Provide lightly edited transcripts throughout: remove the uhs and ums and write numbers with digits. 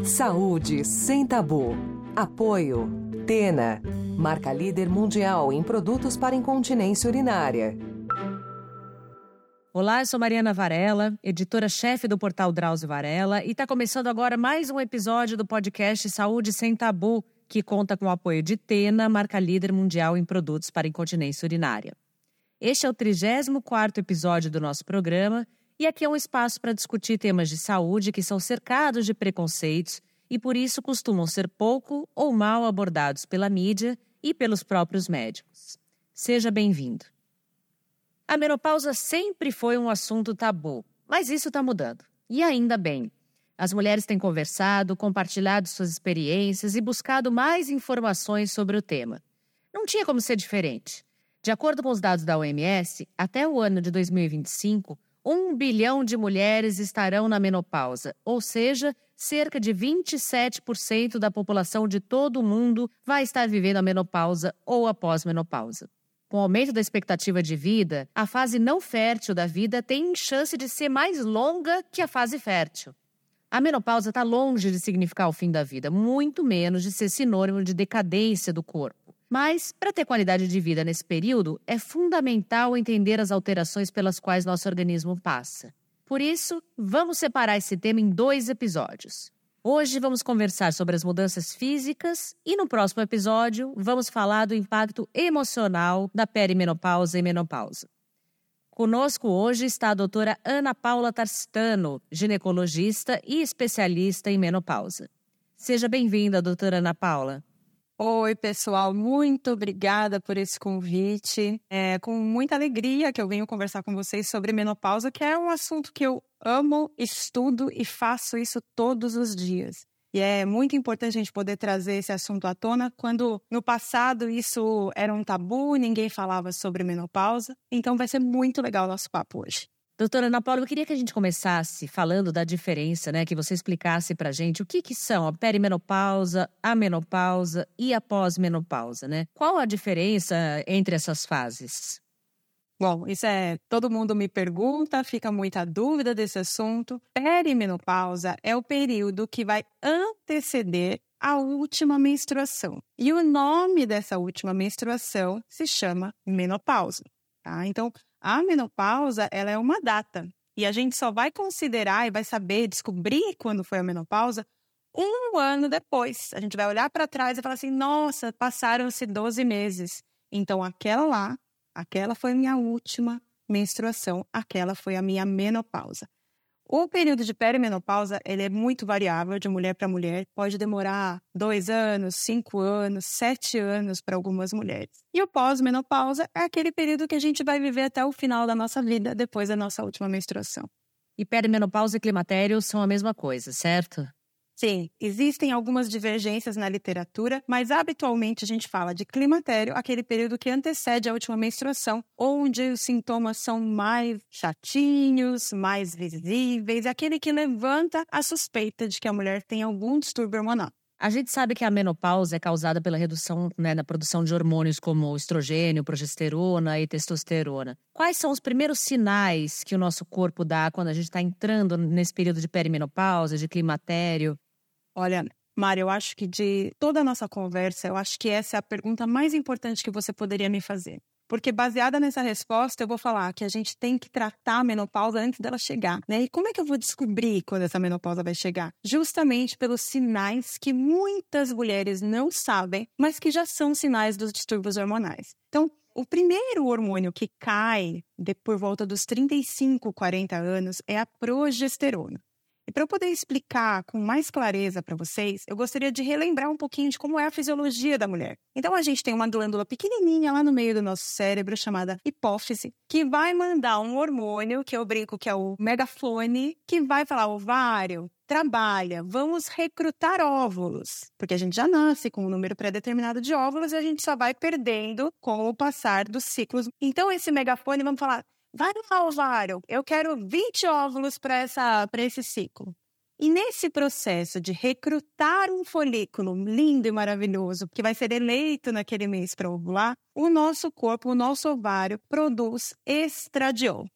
Saúde sem tabu. Apoio. Tena, marca líder mundial em produtos para incontinência urinária. Olá, eu sou Mariana Varela, editora-chefe do portal Drauzio Varela, e está começando agora mais um episódio do podcast Saúde Sem Tabu, que conta com o apoio de Tena, marca líder mundial em produtos para incontinência urinária. Este é o 34º episódio do nosso programa, e aqui é um espaço para discutir temas de saúde que são cercados de preconceitos e por isso costumam ser pouco ou mal abordados pela mídia e pelos próprios médicos. Seja bem-vindo. A menopausa sempre foi um assunto tabu, mas isso está mudando. E ainda bem. As mulheres têm conversado, compartilhado suas experiências e buscado mais informações sobre o tema. Não tinha como ser diferente. De acordo com os dados da OMS, até o ano de 2025, 1 bilhão de mulheres estarão na menopausa, ou seja, cerca de 27% da população de todo o mundo vai estar vivendo a menopausa ou a pós-menopausa. Com o aumento da expectativa de vida, a fase não fértil da vida tem chance de ser mais longa que a fase fértil. A menopausa está longe de significar o fim da vida, muito menos de ser sinônimo de decadência do corpo. Mas, para ter qualidade de vida nesse período, é fundamental entender as alterações pelas quais nosso organismo passa. Por isso, vamos separar esse tema em 2 episódios. Hoje vamos conversar sobre as mudanças físicas e no próximo episódio vamos falar do impacto emocional da perimenopausa e menopausa. Conosco hoje está a doutora Ana Paula Tarsitano, ginecologista e especialista em menopausa. Seja bem-vinda, doutora Ana Paula. Oi, pessoal, muito obrigada por esse convite. É com muita alegria que eu venho conversar com vocês sobre menopausa, que é um assunto que eu amo, estudo e faço isso todos os dias. E é muito importante a gente poder trazer esse assunto à tona, quando no passado isso era um tabu, ninguém falava sobre menopausa. Então vai ser muito legal o nosso papo hoje. Doutora Ana Paula, eu queria que a gente começasse falando da diferença, que você explicasse pra gente o que são a perimenopausa, a menopausa e a pós-menopausa, Qual a diferença entre essas fases? Bom, todo mundo me pergunta, fica muita dúvida desse assunto. Perimenopausa é o período que vai anteceder a última menstruação. E o nome dessa última menstruação se chama menopausa, tá? Então, a menopausa, ela é uma data. E a gente só vai considerar e vai descobrir quando foi a menopausa 1 ano depois. A gente vai olhar para trás e falar assim, nossa, passaram-se 12 meses. Então, aquela foi minha última menstruação, aquela foi a minha menopausa. O período de perimenopausa, ele é muito variável de mulher para mulher, pode demorar 2 anos, 5 anos, 7 anos para algumas mulheres. E o pós-menopausa é aquele período que a gente vai viver até o final da nossa vida, depois da nossa última menstruação. E perimenopausa e climatério são a mesma coisa, certo? Sim, existem algumas divergências na literatura, mas habitualmente a gente fala de climatério, aquele período que antecede a última menstruação, onde os sintomas são mais chatinhos, mais visíveis, aquele que levanta a suspeita de que a mulher tem algum distúrbio hormonal. A gente sabe que a menopausa é causada pela redução na produção de hormônios como estrogênio, progesterona e testosterona. Quais são os primeiros sinais que o nosso corpo dá quando a gente está entrando nesse período de perimenopausa, de climatério? Olha, Mari, eu acho que de toda a nossa conversa, eu acho que essa é a pergunta mais importante que você poderia me fazer. Porque baseada nessa resposta, eu vou falar que a gente tem que tratar a menopausa antes dela chegar, E como é que eu vou descobrir quando essa menopausa vai chegar? Justamente pelos sinais que muitas mulheres não sabem, mas que já são sinais dos distúrbios hormonais. Então, o primeiro hormônio que cai por volta dos 35, 40 anos é a progesterona. E para eu poder explicar com mais clareza para vocês, eu gostaria de relembrar um pouquinho de como é a fisiologia da mulher. Então, a gente tem uma glândula pequenininha lá no meio do nosso cérebro, chamada hipófise, que vai mandar um hormônio, que eu brinco que é o megafone, que vai falar, ovário, trabalha, vamos recrutar óvulos. Porque a gente já nasce com um número pré-determinado de óvulos e a gente só vai perdendo com o passar dos ciclos. Então, esse megafone, vamos falar, vai lá, ovário, eu quero 20 óvulos para esse ciclo. E nesse processo de recrutar um folículo lindo e maravilhoso, que vai ser eleito naquele mês para ovular, o nosso corpo, o nosso ovário, produz estradiol.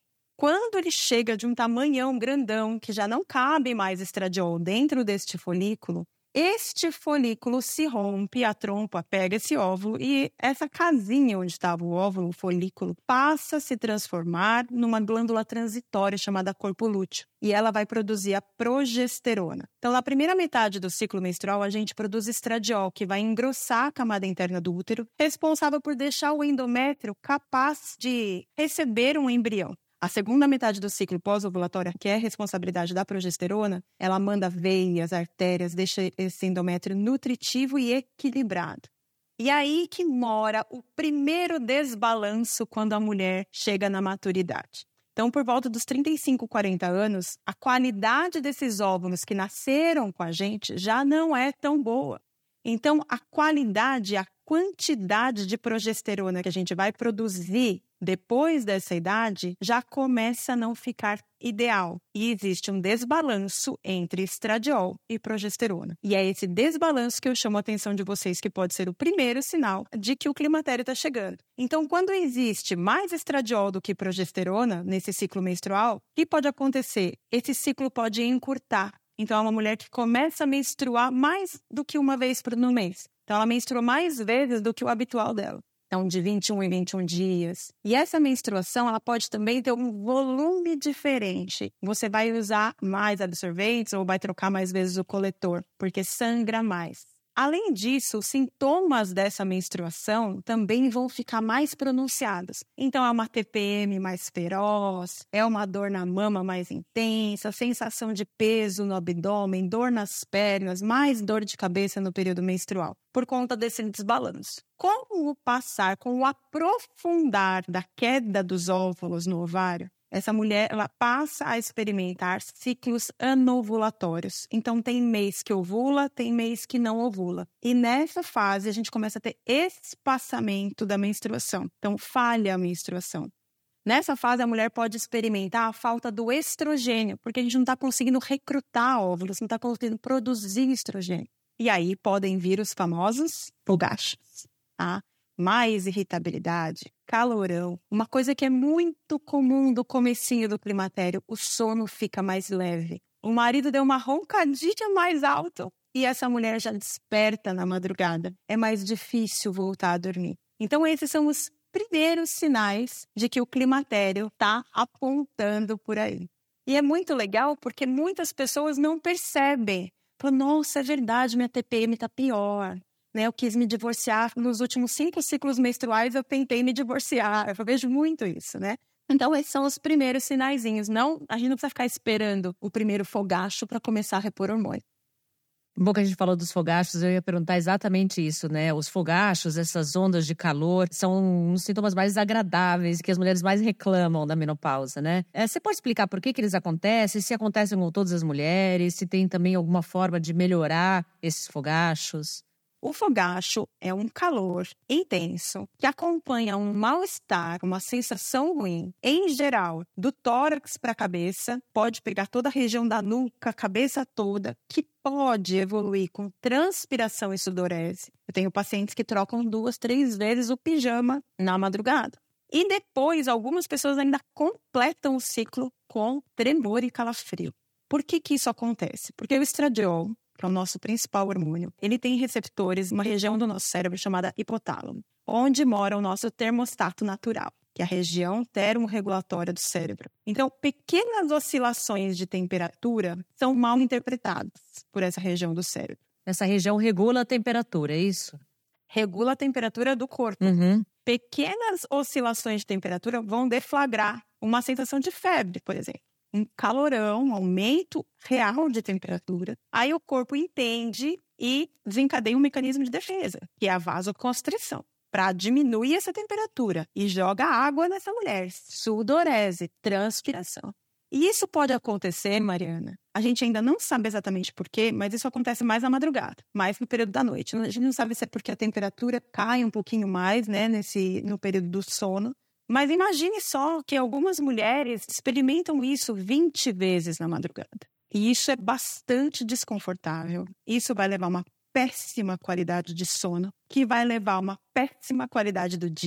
Quando ele chega de um tamanhão grandão, que já não cabe mais estradiol dentro deste folículo, este folículo se rompe, a trompa pega esse óvulo e essa casinha onde estava o óvulo, o folículo, passa a se transformar numa glândula transitória chamada corpo lúteo. E ela vai produzir a progesterona. Então, na primeira metade do ciclo menstrual, a gente produz estradiol, que vai engrossar a camada interna do útero, responsável por deixar o endométrio capaz de receber um embrião. A segunda metade do ciclo pós-ovulatório, que é a responsabilidade da progesterona, ela manda veias, artérias, deixa esse endométrio nutritivo e equilibrado. E aí que mora o primeiro desbalanço quando a mulher chega na maturidade. Então, por volta dos 35, 40 anos, a qualidade desses óvulos que nasceram com a gente já não é tão boa. Então, a qualidade, a quantidade de progesterona que a gente vai produzir depois dessa idade já começa a não ficar ideal. E existe um desbalanço entre estradiol e progesterona. E é esse desbalanço que eu chamo a atenção de vocês, que pode ser o primeiro sinal de que o climatério está chegando. Então, quando existe mais estradiol do que progesterona nesse ciclo menstrual, o que pode acontecer? Esse ciclo pode encurtar. Então, é uma mulher que começa a menstruar mais do que uma vez no mês. Então, ela menstrua mais vezes do que o habitual dela. Então, de 21 em 21 dias. E essa menstruação, ela pode também ter um volume diferente. Você vai usar mais absorventes ou vai trocar mais vezes o coletor, porque sangra mais. Além disso, os sintomas dessa menstruação também vão ficar mais pronunciados. Então, é uma TPM mais feroz, é uma dor na mama mais intensa, sensação de peso no abdômen, dor nas pernas, mais dor de cabeça no período menstrual, por conta desse desbalanço. Com o passar, com o aprofundar da queda dos óvulos no ovário, essa mulher ela passa a experimentar ciclos anovulatórios. Então, tem mês que ovula, tem mês que não ovula. E nessa fase, a gente começa a ter espaçamento da menstruação. Então, falha a menstruação. Nessa fase, a mulher pode experimentar a falta do estrogênio, porque a gente não está conseguindo recrutar óvulos, não está conseguindo produzir estrogênio. E aí podem vir os famosos fogachos, tá? Mais irritabilidade, calorão. Uma coisa que é muito comum do comecinho do climatério, o sono fica mais leve. O marido deu uma roncadinha mais alto e essa mulher já desperta na madrugada. É mais difícil voltar a dormir. Então, esses são os primeiros sinais de que o climatério está apontando por aí. E é muito legal porque muitas pessoas não percebem. Falam, nossa, é verdade, minha TPM está pior. Eu quis me divorciar. Nos últimos 5 ciclos menstruais, eu tentei me divorciar. Eu vejo muito isso, né? Então, esses são os primeiros sinaizinhos. A gente não precisa ficar esperando o primeiro fogacho para começar a repor hormônio. Bom que a gente falou dos fogachos, eu ia perguntar exatamente isso, né? Os fogachos, essas ondas de calor, são os sintomas mais agradáveis que as mulheres mais reclamam da menopausa, né? Você pode explicar por que eles acontecem, se acontecem com todas as mulheres, se tem também alguma forma de melhorar esses fogachos? O fogacho é um calor intenso que acompanha um mal-estar, uma sensação ruim, em geral, do tórax para a cabeça, pode pegar toda a região da nuca, a cabeça toda, que pode evoluir com transpiração e sudorese. Eu tenho pacientes que trocam 2, 3 vezes o pijama na madrugada. E depois, algumas pessoas ainda completam o ciclo com tremor e calafrio. Por que isso acontece? Porque o estradiol, que é o nosso principal hormônio, ele tem receptores em uma região do nosso cérebro chamada hipotálamo, onde mora o nosso termostato natural, que é a região termorregulatória do cérebro. Então, pequenas oscilações de temperatura são mal interpretadas por essa região do cérebro. Essa região regula a temperatura, é isso? Regula a temperatura do corpo. Uhum. Pequenas oscilações de temperatura vão deflagrar uma sensação de febre, por exemplo. Um calorão, um aumento real de temperatura. Aí o corpo entende e desencadeia um mecanismo de defesa, que é a vasoconstrição, para diminuir essa temperatura e joga água nessa mulher. Sudorese, transpiração. E isso pode acontecer, Mariana. A gente ainda não sabe exatamente por quê, mas isso acontece mais na madrugada, mais no período da noite. A gente não sabe se é porque a temperatura cai um pouquinho mais, né, no período do sono. Mas imagine só que algumas mulheres experimentam isso 20 vezes na madrugada. E isso é bastante desconfortável. Isso vai levar a uma péssima qualidade de sono, que vai levar a uma péssima qualidade do dia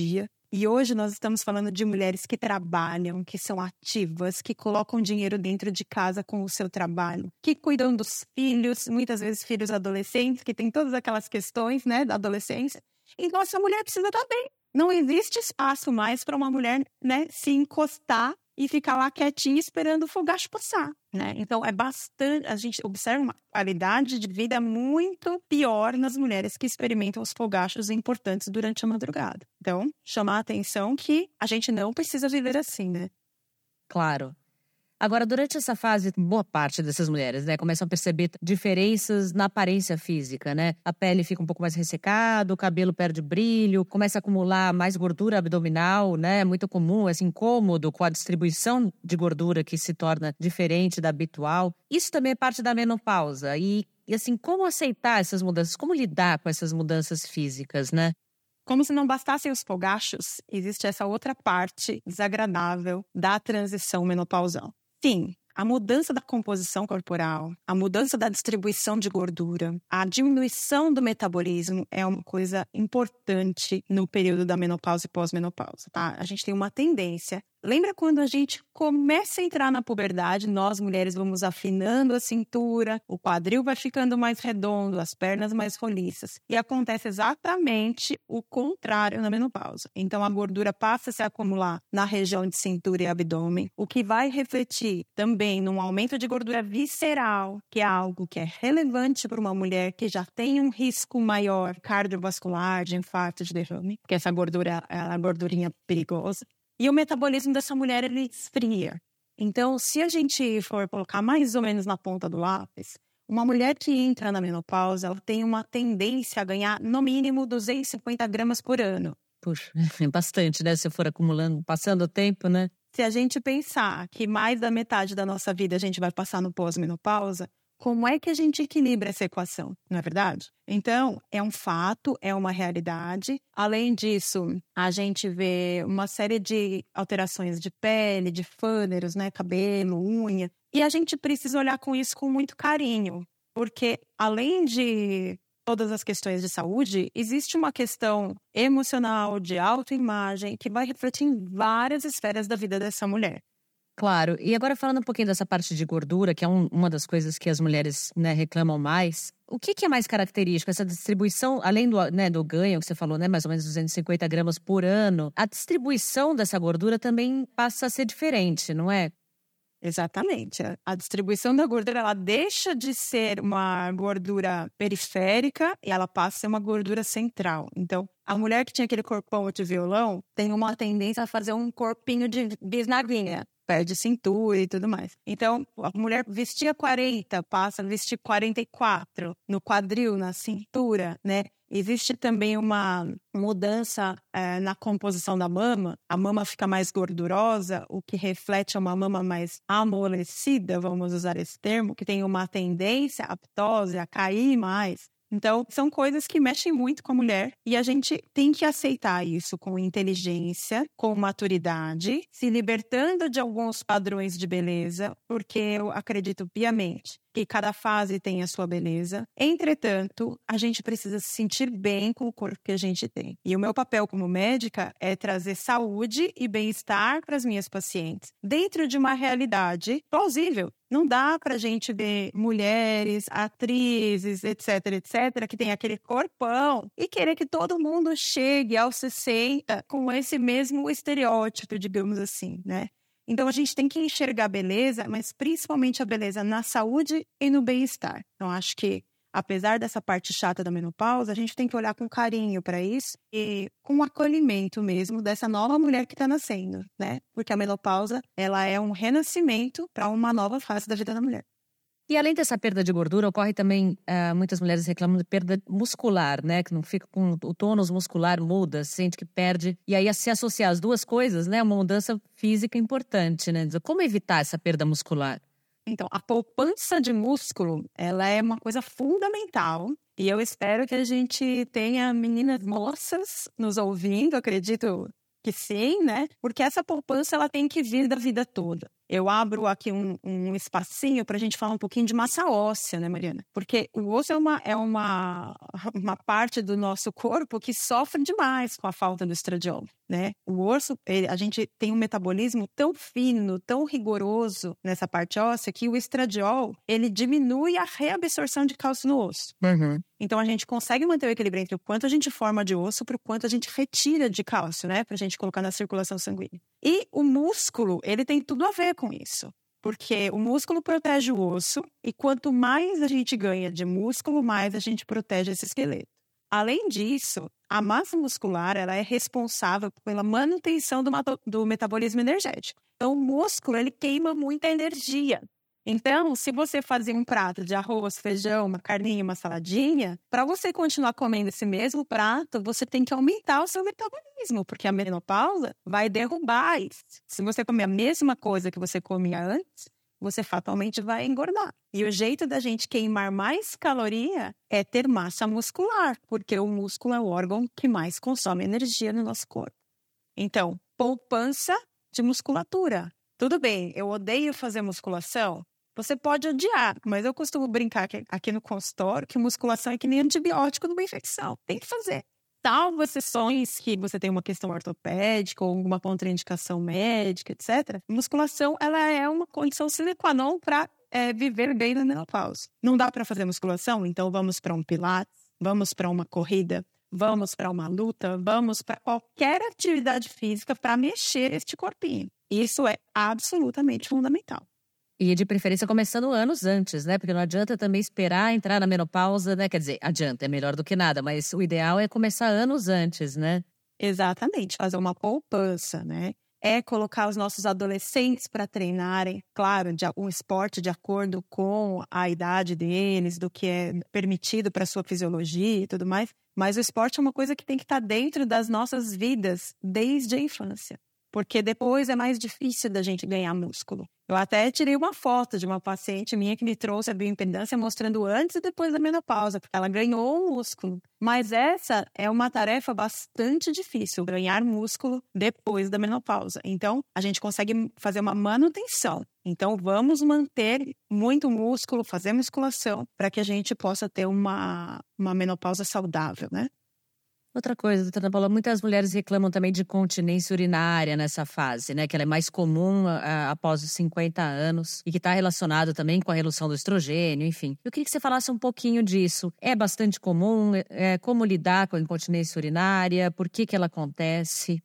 E hoje nós estamos falando de mulheres que trabalham, que são ativas, que colocam dinheiro dentro de casa com o seu trabalho, que cuidam dos filhos, muitas vezes filhos adolescentes, que tem todas aquelas questões, né, da adolescência. Então essa mulher precisa estar bem. Não existe espaço mais para uma mulher, né, se encostar e ficar lá quietinha esperando o fogacho passar, né? Então, a gente observa uma qualidade de vida muito pior nas mulheres que experimentam os fogachos importantes durante a madrugada. Então, chamar a atenção que a gente não precisa viver assim, né? Claro. Agora, durante essa fase, boa parte dessas mulheres, né, começam a perceber diferenças na aparência física, né? A pele fica um pouco mais ressecada, o cabelo perde brilho, começa a acumular mais gordura abdominal, né? Muito comum, esse incômodo com a distribuição de gordura que se torna diferente da habitual. Isso também é parte da menopausa. E assim, como aceitar essas mudanças? Como lidar com essas mudanças físicas, né? Como se não bastassem os fogachos, existe essa outra parte desagradável da transição menopausal. Sim, a mudança da composição corporal, a mudança da distribuição de gordura, a diminuição do metabolismo é uma coisa importante no período da menopausa e pós-menopausa, tá? A gente tem uma tendência. Lembra quando a gente começa a entrar na puberdade, nós mulheres vamos afinando a cintura, o quadril vai ficando mais redondo, as pernas mais roliças. E acontece exatamente o contrário na menopausa. Então a gordura passa a se acumular na região de cintura e abdômen, o que vai refletir também num aumento de gordura visceral, que é algo que é relevante para uma mulher que já tem um risco maior cardiovascular, de infarto, de derrame, porque essa gordura é uma gordurinha perigosa. E o metabolismo dessa mulher, ele esfria. Então, se a gente for colocar mais ou menos na ponta do lápis, uma mulher que entra na menopausa, ela tem uma tendência a ganhar, no mínimo, 250 gramas por ano. Puxa, é bastante, né? Se for acumulando, passando o tempo, né? Se a gente pensar que mais da metade da nossa vida a gente vai passar no pós-menopausa, como é que a gente equilibra essa equação, não é verdade? Então, é um fato, é uma realidade. Além disso, a gente vê uma série de alterações de pele, de fâneros, né? Cabelo, unha. E a gente precisa olhar com isso com muito carinho, porque além de todas as questões de saúde, existe uma questão emocional, de autoimagem, que vai refletir em várias esferas da vida dessa mulher. Claro. E agora falando um pouquinho dessa parte de gordura, que é uma das coisas que as mulheres, né, reclamam mais. O que é mais característico? Essa distribuição, além do, né, do ganho que você falou, né, mais ou menos 250 gramas por ano, a distribuição dessa gordura também passa a ser diferente, não é? Exatamente. A distribuição da gordura, ela deixa de ser uma gordura periférica e ela passa a ser uma gordura central. Então, a mulher que tinha aquele corpão de violão tem uma tendência a fazer um corpinho de bisnaguinha. Perde cintura e tudo mais. Então, a mulher vestia 40, passa a vestir 44 no quadril, na cintura, né? Existe também uma mudança na composição da mama. A mama fica mais gordurosa, o que reflete uma mama mais amolecida, vamos usar esse termo, que tem uma tendência à ptose, a cair mais. Então, são coisas que mexem muito com a mulher e a gente tem que aceitar isso com inteligência, com maturidade, se libertando de alguns padrões de beleza, porque eu acredito piamente que cada fase tem a sua beleza. Entretanto, a gente precisa se sentir bem com o corpo que a gente tem. E o meu papel como médica é trazer saúde e bem-estar para as minhas pacientes, dentro de uma realidade plausível. Não dá pra gente ver mulheres, atrizes, etc, que tem aquele corpão e querer que todo mundo chegue aos 60 com esse mesmo estereótipo, digamos assim, né? Então, a gente tem que enxergar a beleza, mas principalmente a beleza na saúde e no bem-estar. Então, acho que, apesar dessa parte chata da menopausa, a gente tem que olhar com carinho para isso e com acolhimento mesmo dessa nova mulher que está nascendo, né? Porque a menopausa, ela é um renascimento para uma nova fase da vida da mulher. E além dessa perda de gordura, ocorre também, muitas mulheres reclamam de perda muscular, né? Que não fica com o tônus muscular, muda, sente que perde. E aí, se associar as duas coisas, né? Uma mudança física importante, né? Como evitar essa perda muscular? Então, a poupança de músculo, ela é uma coisa fundamental. E eu espero que a gente tenha meninas moças nos ouvindo, acredito que sim, né? Porque essa poupança, ela tem que vir da vida toda. Eu abro aqui um espacinho para a gente falar um pouquinho de massa óssea, né, Mariana? Porque o osso é uma parte do nosso corpo que sofre demais com a falta do estradiol, né? O osso, a gente tem um metabolismo tão fino, tão rigoroso nessa parte óssea que o estradiol, ele diminui a reabsorção de cálcio no osso. Uhum. Então, a gente consegue manter o equilíbrio entre o quanto a gente forma de osso para o quanto a gente retira de cálcio, né? Para a gente colocar na circulação sanguínea. E o músculo, ele tem tudo a ver com isso. Porque o músculo protege o osso e quanto mais a gente ganha de músculo, mais a gente protege esse esqueleto. Além disso, a massa muscular, ela é responsável pela manutenção do metabolismo energético. Então, o músculo, ele queima muita energia. Então, se você fazer um prato de arroz, feijão, uma carninha, uma saladinha, para você continuar comendo esse mesmo prato, você tem que aumentar o seu metabolismo, porque a menopausa vai derrubar isso. Se você comer a mesma coisa que você comia antes, você fatalmente vai engordar. E o jeito da gente queimar mais caloria é ter massa muscular, porque o músculo é o órgão que mais consome energia no nosso corpo. Então, poupança de musculatura. Tudo bem, eu odeio fazer musculação. Você pode odiar, mas eu costumo brincar aqui no consultório que musculação é que nem antibiótico numa infecção. Tem que fazer. Salvo exceções que você tem uma questão ortopédica ou alguma contraindicação médica, etc. Musculação, ela é uma condição sine qua non para viver bem na menopausa. Não dá para fazer musculação? Então vamos para um pilates, vamos para uma corrida, vamos para uma luta, vamos para qualquer atividade física para mexer este corpinho. Isso é absolutamente fundamental. E de preferência começando anos antes, né? Porque não adianta também esperar entrar na menopausa, né? Quer dizer, adianta, é melhor do que nada, mas o ideal é começar anos antes, né? Exatamente, fazer uma poupança, né? É colocar os nossos adolescentes para treinarem, claro, um esporte de acordo com a idade deles, do que é permitido para a sua fisiologia e tudo mais. Mas o esporte é uma coisa que tem que estar dentro das nossas vidas desde a infância. Porque depois é mais difícil da gente ganhar músculo. Eu até tirei uma foto de uma paciente minha que me trouxe a bioimpedância mostrando antes e depois da menopausa, porque ela ganhou um músculo. Mas essa é uma tarefa bastante difícil, ganhar músculo depois da menopausa. Então, a gente consegue fazer uma manutenção. Então, vamos manter muito músculo, fazer musculação, para que a gente possa ter uma menopausa saudável, né? Outra coisa, doutora Paula, muitas mulheres reclamam também de incontinência urinária nessa fase, né? Que ela é mais comum após os 50 anos e que está relacionado também com a redução do estrogênio, enfim. Eu queria que você falasse um pouquinho disso. É bastante comum? Como lidar com a incontinência urinária? Por que ela acontece?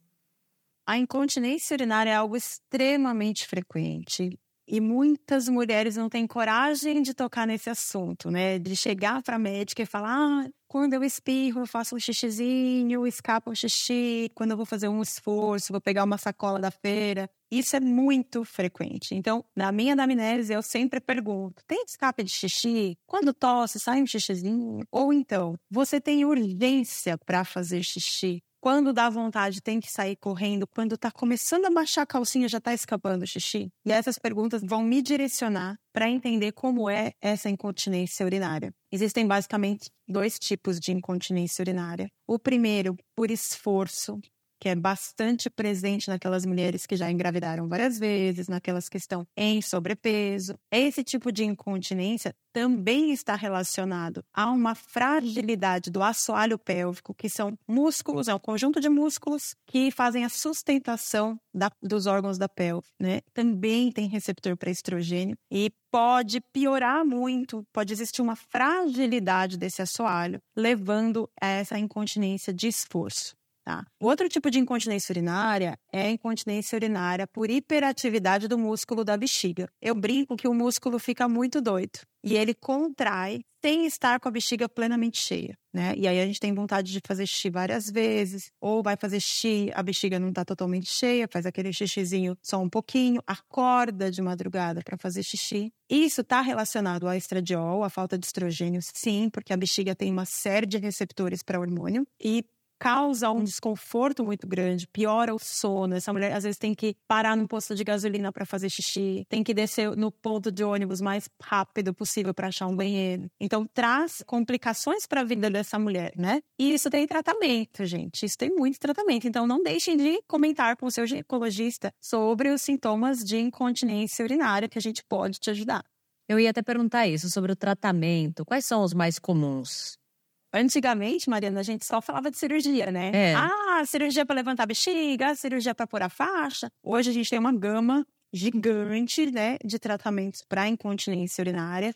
A incontinência urinária é algo extremamente frequente. E muitas mulheres não têm coragem de tocar nesse assunto, né? De chegar para a médica e falar, quando eu espirro, eu faço um xixizinho, escapa um xixi, quando eu vou fazer um esforço, vou pegar uma sacola da feira. Isso é muito frequente. Então, na minha anamnese, eu sempre pergunto, tem escape de xixi? Quando tosse, sai um xixizinho? Ou então, você tem urgência para fazer xixi? Quando dá vontade, tem que sair correndo. Quando tá começando a baixar a calcinha, já tá escapando o xixi. E essas perguntas vão me direcionar para entender como é essa incontinência urinária. Existem basicamente 2 tipos de incontinência urinária. O primeiro, por esforço, que é bastante presente naquelas mulheres que já engravidaram várias vezes, naquelas que estão em sobrepeso. Esse tipo de incontinência também está relacionado a uma fragilidade do assoalho pélvico, que são músculos, é um conjunto de músculos que fazem a sustentação dos órgãos da pelve, né? Também tem receptor para estrogênio e pode piorar muito, pode existir uma fragilidade desse assoalho, levando a essa incontinência de esforço. Tá? Outro tipo de incontinência urinária é a incontinência urinária por hiperatividade do músculo da bexiga. Eu brinco que o músculo fica muito doido e ele contrai sem estar com a bexiga plenamente cheia, né? E aí a gente tem vontade de fazer xixi várias vezes, ou vai fazer xixi, a bexiga não está totalmente cheia, faz aquele xixizinho só um pouquinho, acorda de madrugada para fazer xixi. Isso está relacionado ao estradiol, à falta de estrogênio, sim, porque a bexiga tem uma série de receptores para hormônio e causa um desconforto muito grande, piora o sono. Essa mulher às vezes tem que parar no posto de gasolina para fazer xixi, tem que descer no ponto de ônibus mais rápido possível para achar um banheiro. Então traz complicações para a vida dessa mulher, né? E isso tem tratamento, gente. Isso tem muito tratamento. Então não deixem de comentar com o seu ginecologista sobre os sintomas de incontinência urinária, que a gente pode te ajudar. Eu ia até perguntar isso, sobre o tratamento. Quais são os mais comuns? Antigamente, Mariana, a gente só falava de cirurgia, né? Cirurgia para levantar a bexiga, cirurgia para pôr a faixa. Hoje a gente tem uma gama gigante, né, de tratamentos para incontinência urinária.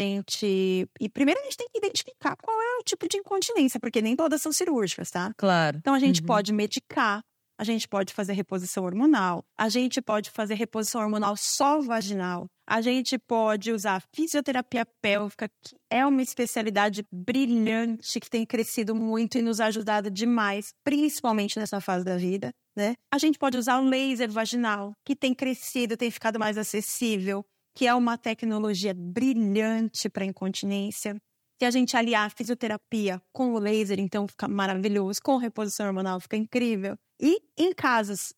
Primeiro a gente tem que identificar qual é o tipo de incontinência, porque nem todas são cirúrgicas, tá? Claro. Então a gente pode medicar, a gente pode fazer reposição hormonal, a gente pode fazer reposição hormonal só vaginal, a gente pode usar fisioterapia pélvica, que é uma especialidade brilhante, que tem crescido muito e nos ajudado demais, principalmente nessa fase da vida, né? A gente pode usar o laser vaginal, que tem crescido, tem ficado mais acessível, que é uma tecnologia brilhante para incontinência. Se a gente aliar a fisioterapia com o laser, então fica maravilhoso. Com reposição hormonal fica incrível. E em casos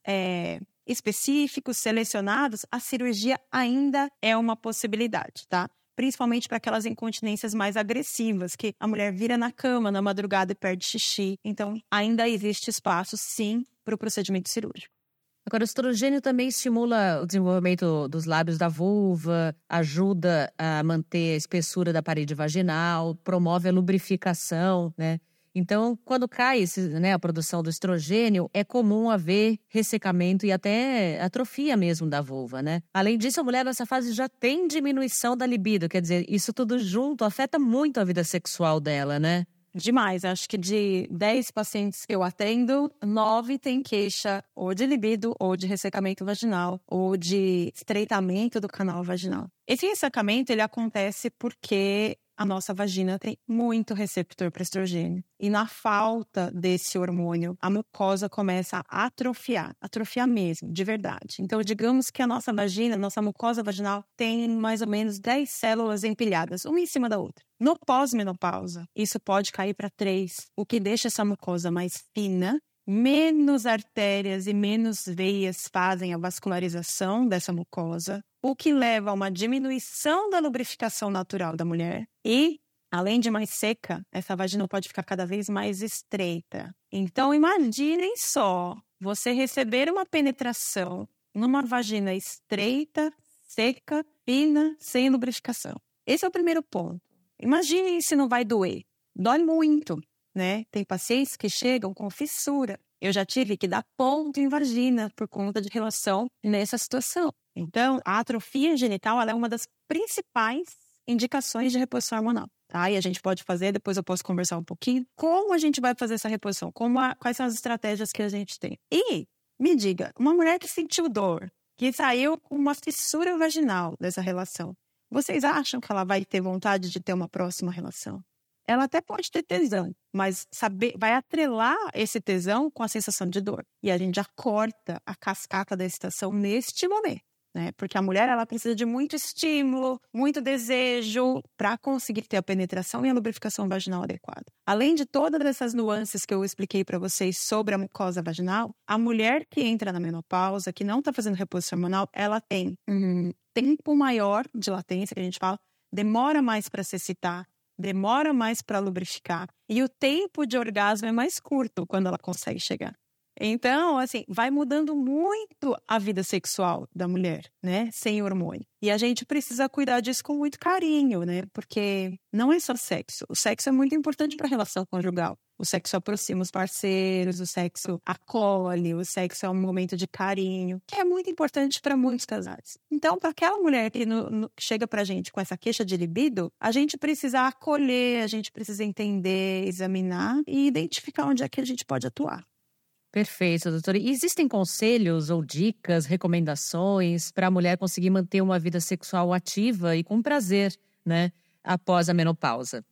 específicos, selecionados, a cirurgia ainda é uma possibilidade, tá? Principalmente para aquelas incontinências mais agressivas, que a mulher vira na cama na madrugada e perde xixi. Então, ainda existe espaço, sim, para o procedimento cirúrgico. Agora, o estrogênio também estimula o desenvolvimento dos lábios da vulva, ajuda a manter a espessura da parede vaginal, promove a lubrificação, né? Então, quando cai a produção do estrogênio, é comum haver ressecamento e até atrofia mesmo da vulva, né? Além disso, a mulher nessa fase já tem diminuição da libido, quer dizer, isso tudo junto afeta muito a vida sexual dela, né? Demais, acho que de 10 pacientes que eu atendo, 9 têm queixa ou de libido, ou de ressecamento vaginal, ou de estreitamento do canal vaginal. Esse ressecamento, ele acontece porque a nossa vagina tem muito receptor para estrogênio. E na falta desse hormônio, a mucosa começa a atrofiar mesmo, de verdade. Então, digamos que a nossa vagina, nossa mucosa vaginal, tem mais ou menos 10 células empilhadas, uma em cima da outra. No pós-menopausa, isso pode cair para 3, o que deixa essa mucosa mais fina, menos artérias e menos veias fazem a vascularização dessa mucosa, o que leva a uma diminuição da lubrificação natural da mulher e, além de mais seca, essa vagina pode ficar cada vez mais estreita. Então, imaginem só, você receber uma penetração numa vagina estreita, seca, fina, sem lubrificação. Esse é o primeiro ponto. Imaginem se não vai doer. Dói muito, né? Tem pacientes que chegam com fissura. Eu já tive que dar ponto em vagina por conta de relação nessa situação. Então, a atrofia genital ela é uma das principais indicações de reposição hormonal. Tá? E a gente pode fazer, depois eu posso conversar um pouquinho, como a gente vai fazer essa reposição, quais são as estratégias que a gente tem. E, me diga, uma mulher que sentiu dor, que saiu com uma fissura vaginal dessa relação, vocês acham que ela vai ter vontade de ter uma próxima relação? Ela até pode ter tesão, mas vai atrelar esse tesão com a sensação de dor. E a gente já corta a cascata da excitação neste momento, né? Porque a mulher ela precisa de muito estímulo, muito desejo para conseguir ter a penetração e a lubrificação vaginal adequada. Além de todas essas nuances que eu expliquei para vocês sobre a mucosa vaginal, a mulher que entra na menopausa, que não está fazendo reposição hormonal, ela tem um tempo maior de latência, que a gente fala, demora mais para se excitar, demora mais para lubrificar e o tempo de orgasmo é mais curto quando ela consegue chegar. Então, assim, vai mudando muito a vida sexual da mulher, né? Sem hormônio. E a gente precisa cuidar disso com muito carinho, né? Porque não é só sexo. O sexo é muito importante para a relação conjugal. O sexo aproxima os parceiros, o sexo acolhe, o sexo é um momento de carinho, que é muito importante para muitos casais. Então, para aquela mulher que chega pra gente com essa queixa de libido, a gente precisa acolher, a gente precisa entender, examinar e identificar onde é que a gente pode atuar. Perfeito, doutora. E existem conselhos ou dicas, recomendações para a mulher conseguir manter uma vida sexual ativa e com prazer, né, após a menopausa?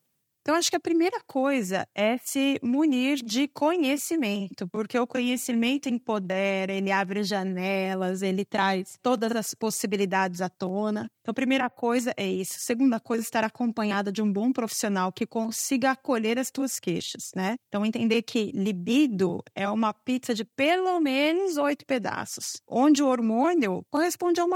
Então, acho que a primeira coisa é se munir de conhecimento, porque o conhecimento empodera, ele abre janelas, ele traz todas as possibilidades à tona. Então, a primeira coisa é isso. A segunda coisa é estar acompanhada de um bom profissional que consiga acolher as tuas queixas, né? Então, entender que libido é uma pizza de pelo menos 8 pedaços, onde o hormônio corresponde a uma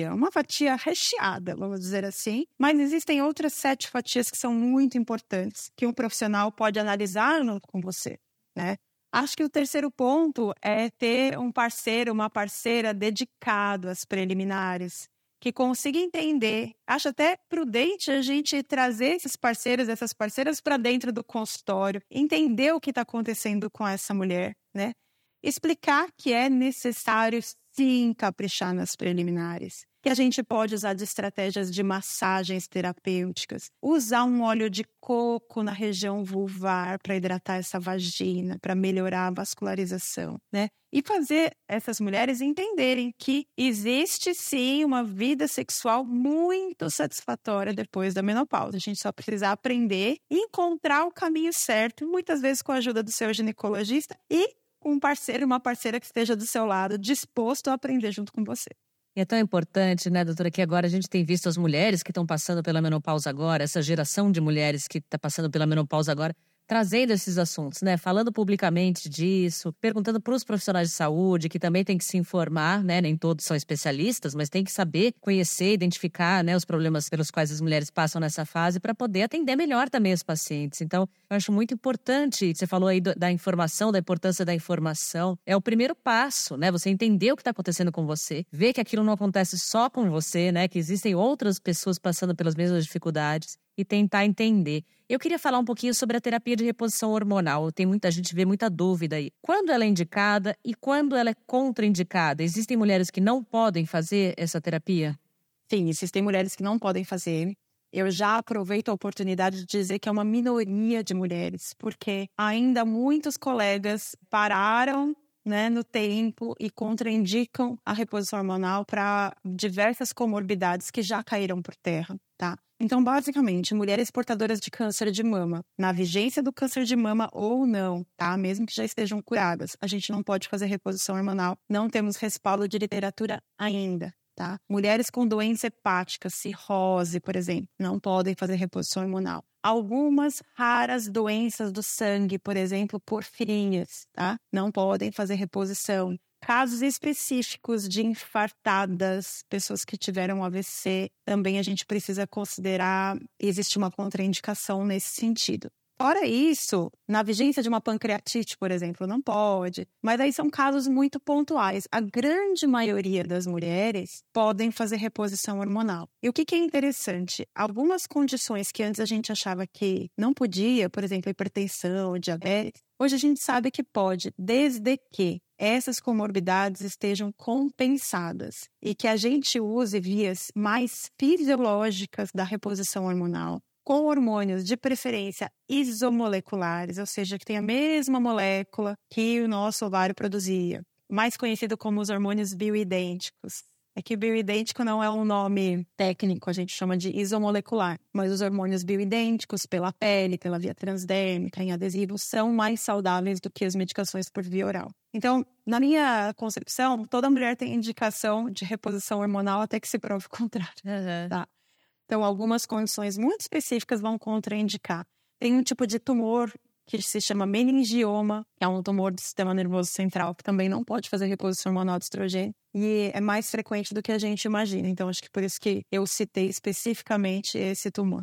fatia recheada, vamos dizer assim, mas existem outras 7 fatias que são muito importantes, que um profissional pode analisar com você, né? Acho que o terceiro ponto é ter um parceiro, uma parceira dedicado às preliminares, que consiga entender. Acho até prudente a gente trazer esses parceiros, essas parceiras para dentro do consultório, entender o que está acontecendo com essa mulher, né? Explicar que é necessário, sim, caprichar nas preliminares. Que a gente pode usar de estratégias de massagens terapêuticas, usar um óleo de coco na região vulvar para hidratar essa vagina, para melhorar a vascularização, né? E fazer essas mulheres entenderem que existe, sim, uma vida sexual muito satisfatória depois da menopausa. A gente só precisa aprender e encontrar o caminho certo, muitas vezes com a ajuda do seu ginecologista e um parceiro, uma parceira que esteja do seu lado, disposto a aprender junto com você. E é tão importante, né, doutora, que agora a gente tem visto as mulheres que estão passando pela menopausa agora, essa geração de mulheres que está passando pela menopausa agora, trazendo esses assuntos, né? Falando publicamente disso, perguntando para os profissionais de saúde, que também tem que se informar, né? Nem todos são especialistas, mas tem que saber, conhecer, identificar, né, os problemas pelos quais as mulheres passam nessa fase para poder atender melhor também os pacientes. Então, eu acho muito importante, você falou aí da informação, da importância da informação. É o primeiro passo, né? Você entender o que está acontecendo com você, ver que aquilo não acontece só com você, né? Que existem outras pessoas passando pelas mesmas dificuldades e tentar entender. Eu queria falar um pouquinho sobre a terapia de reposição hormonal. Tem muita gente vê muita dúvida aí. Quando ela é indicada e quando ela é contraindicada? Existem mulheres que não podem fazer essa terapia? Sim, existem mulheres que não podem fazer. Eu já aproveito a oportunidade de dizer que é uma minoria de mulheres, porque ainda muitos colegas pararam, né, no tempo e contraindicam a reposição hormonal para diversas comorbidades que já caíram por terra, tá? Então, basicamente, mulheres portadoras de câncer de mama, na vigência do câncer de mama ou não, tá? Mesmo que já estejam curadas, a gente não pode fazer reposição hormonal, não temos respaldo de literatura ainda, tá? Mulheres com doença hepática, cirrose, por exemplo, não podem fazer reposição hormonal. Algumas raras doenças do sangue, por exemplo, porfirias, tá? Não podem fazer reposição. Casos específicos de infartadas, pessoas que tiveram AVC, também a gente precisa considerar, existe uma contraindicação nesse sentido. Fora isso, na vigência de uma pancreatite, por exemplo, não pode. Mas aí são casos muito pontuais. A grande maioria das mulheres podem fazer reposição hormonal. E o que é interessante? Algumas condições que antes a gente achava que não podia, por exemplo, hipertensão, diabetes, hoje a gente sabe que pode, desde que essas comorbidades estejam compensadas e que a gente use vias mais fisiológicas da reposição hormonal, com hormônios de preferência isomoleculares, ou seja, que tem a mesma molécula que o nosso ovário produzia, mais conhecido como os hormônios bioidênticos. É que bioidêntico não é um nome técnico, a gente chama de isomolecular, mas os hormônios bioidênticos pela pele, pela via transdérmica, em adesivos, são mais saudáveis do que as medicações por via oral. Então, na minha concepção, toda mulher tem indicação de reposição hormonal até que se prove o contrário. Tá? Então, algumas condições muito específicas vão contraindicar. Tem um tipo de tumor que se chama meningioma, que é um tumor do sistema nervoso central, que também não pode fazer reposição hormonal de estrogênio, e é mais frequente do que a gente imagina. Então, acho que por isso que eu citei especificamente esse tumor.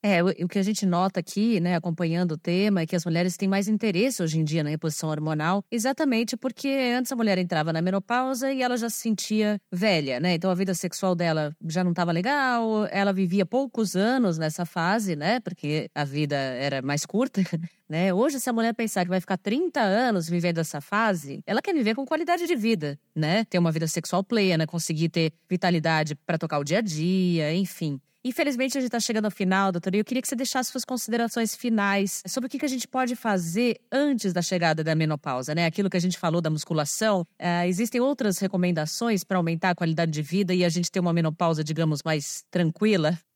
O que a gente nota aqui, né, acompanhando o tema, é que as mulheres têm mais interesse hoje em dia na reposição hormonal, exatamente porque antes a mulher entrava na menopausa e ela já se sentia velha, né? Então a vida sexual dela já não estava legal, ela vivia poucos anos nessa fase, né? Porque a vida era mais curta, né? Hoje, se a mulher pensar que vai ficar 30 anos vivendo essa fase, ela quer viver com qualidade de vida, né? Ter uma vida sexual plena, conseguir ter vitalidade para tocar o dia a dia, enfim. Infelizmente, a gente está chegando ao final, doutora, e eu queria que você deixasse suas considerações finais sobre o que a gente pode fazer antes da chegada da menopausa, né? Aquilo que a gente falou da musculação, existem outras recomendações para aumentar a qualidade de vida e a gente ter uma menopausa, digamos, mais tranquila?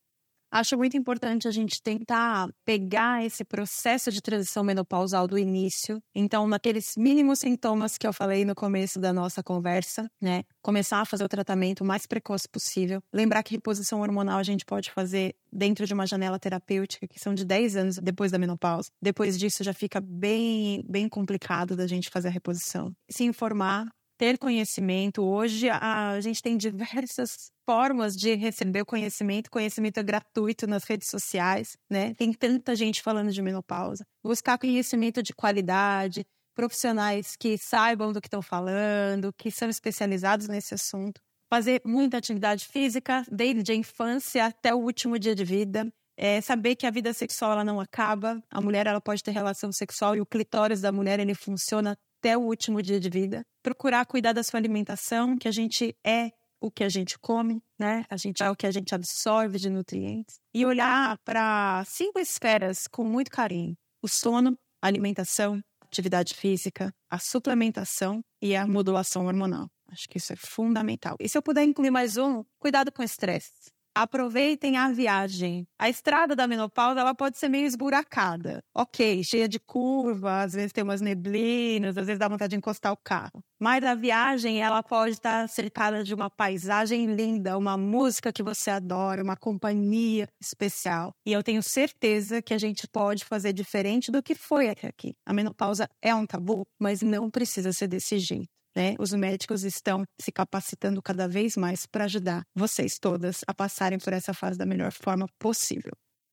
Acho muito importante a gente tentar pegar esse processo de transição menopausal do início. Então, naqueles mínimos sintomas que eu falei no começo da nossa conversa, né? Começar a fazer o tratamento o mais precoce possível. Lembrar que reposição hormonal a gente pode fazer dentro de uma janela terapêutica, que são de 10 anos depois da menopausa. Depois disso, já fica bem complicado da gente fazer a reposição. Se informar, ter conhecimento. Hoje, a gente tem diversas formas de receber o conhecimento. Conhecimento é gratuito nas redes sociais, né? Tem tanta gente falando de menopausa. Buscar conhecimento de qualidade, profissionais que saibam do que estão falando, que são especializados nesse assunto. Fazer muita atividade física, desde a infância até o último dia de vida. Saber que a vida sexual ela não acaba. A mulher ela pode ter relação sexual e o clitóris da mulher ele funciona até o último dia de vida. Procurar cuidar da sua alimentação, que a gente é o que a gente come, né? A gente é o que a gente absorve de nutrientes. E olhar para 5 esferas com muito carinho. O sono, a alimentação, atividade física, a suplementação e a modulação hormonal. Acho que isso é fundamental. E se eu puder incluir mais um, cuidado com o estresse. Aproveitem a viagem. A estrada da menopausa, ela pode ser meio esburacada. Ok, cheia de curvas, às vezes tem umas neblinas, às vezes dá vontade de encostar o carro. Mas a viagem, ela pode estar cercada de uma paisagem linda, uma música que você adora, uma companhia especial. E eu tenho certeza que a gente pode fazer diferente do que foi até aqui. A menopausa é um tabu, mas não precisa ser desse jeito. Né? Os médicos estão se capacitando cada vez mais para ajudar vocês todas a passarem por essa fase da melhor forma possível.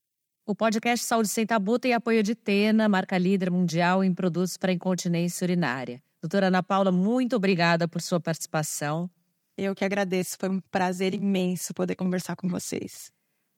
O podcast Saúde Sem Tabu tem apoio de Tena, marca líder mundial em produtos para incontinência urinária. Doutora Ana Paula, muito obrigada por sua participação. Eu que agradeço, foi um prazer imenso poder conversar com vocês.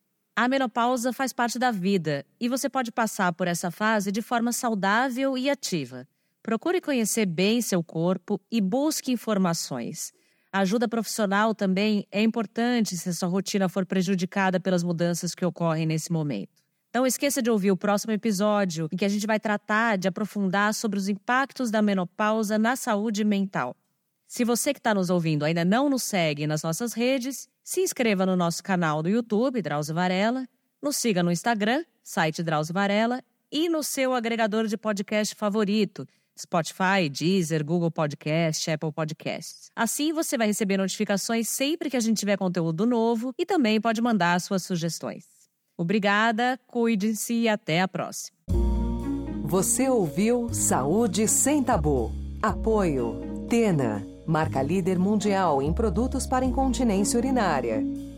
A menopausa faz parte da vida e você pode passar por essa fase de forma saudável e ativa. Procure conhecer bem seu corpo e busque informações. A ajuda profissional também é importante se a sua rotina for prejudicada pelas mudanças que ocorrem nesse momento. Não esqueça de ouvir o próximo episódio, em que a gente vai tratar de aprofundar sobre os impactos da menopausa na saúde mental. Se você que está nos ouvindo ainda não nos segue nas nossas redes, se inscreva no nosso canal do YouTube, Drauzio Varella, nos siga no Instagram, site Drauzio Varella, e no seu agregador de podcast favorito, Spotify, Deezer, Google Podcast, Apple Podcasts. Assim você vai receber notificações sempre que a gente tiver conteúdo novo e também pode mandar suas sugestões. Obrigada, cuide-se e até a próxima. Você ouviu Saúde Sem Tabu. Apoio Tena, marca líder mundial em produtos para incontinência urinária.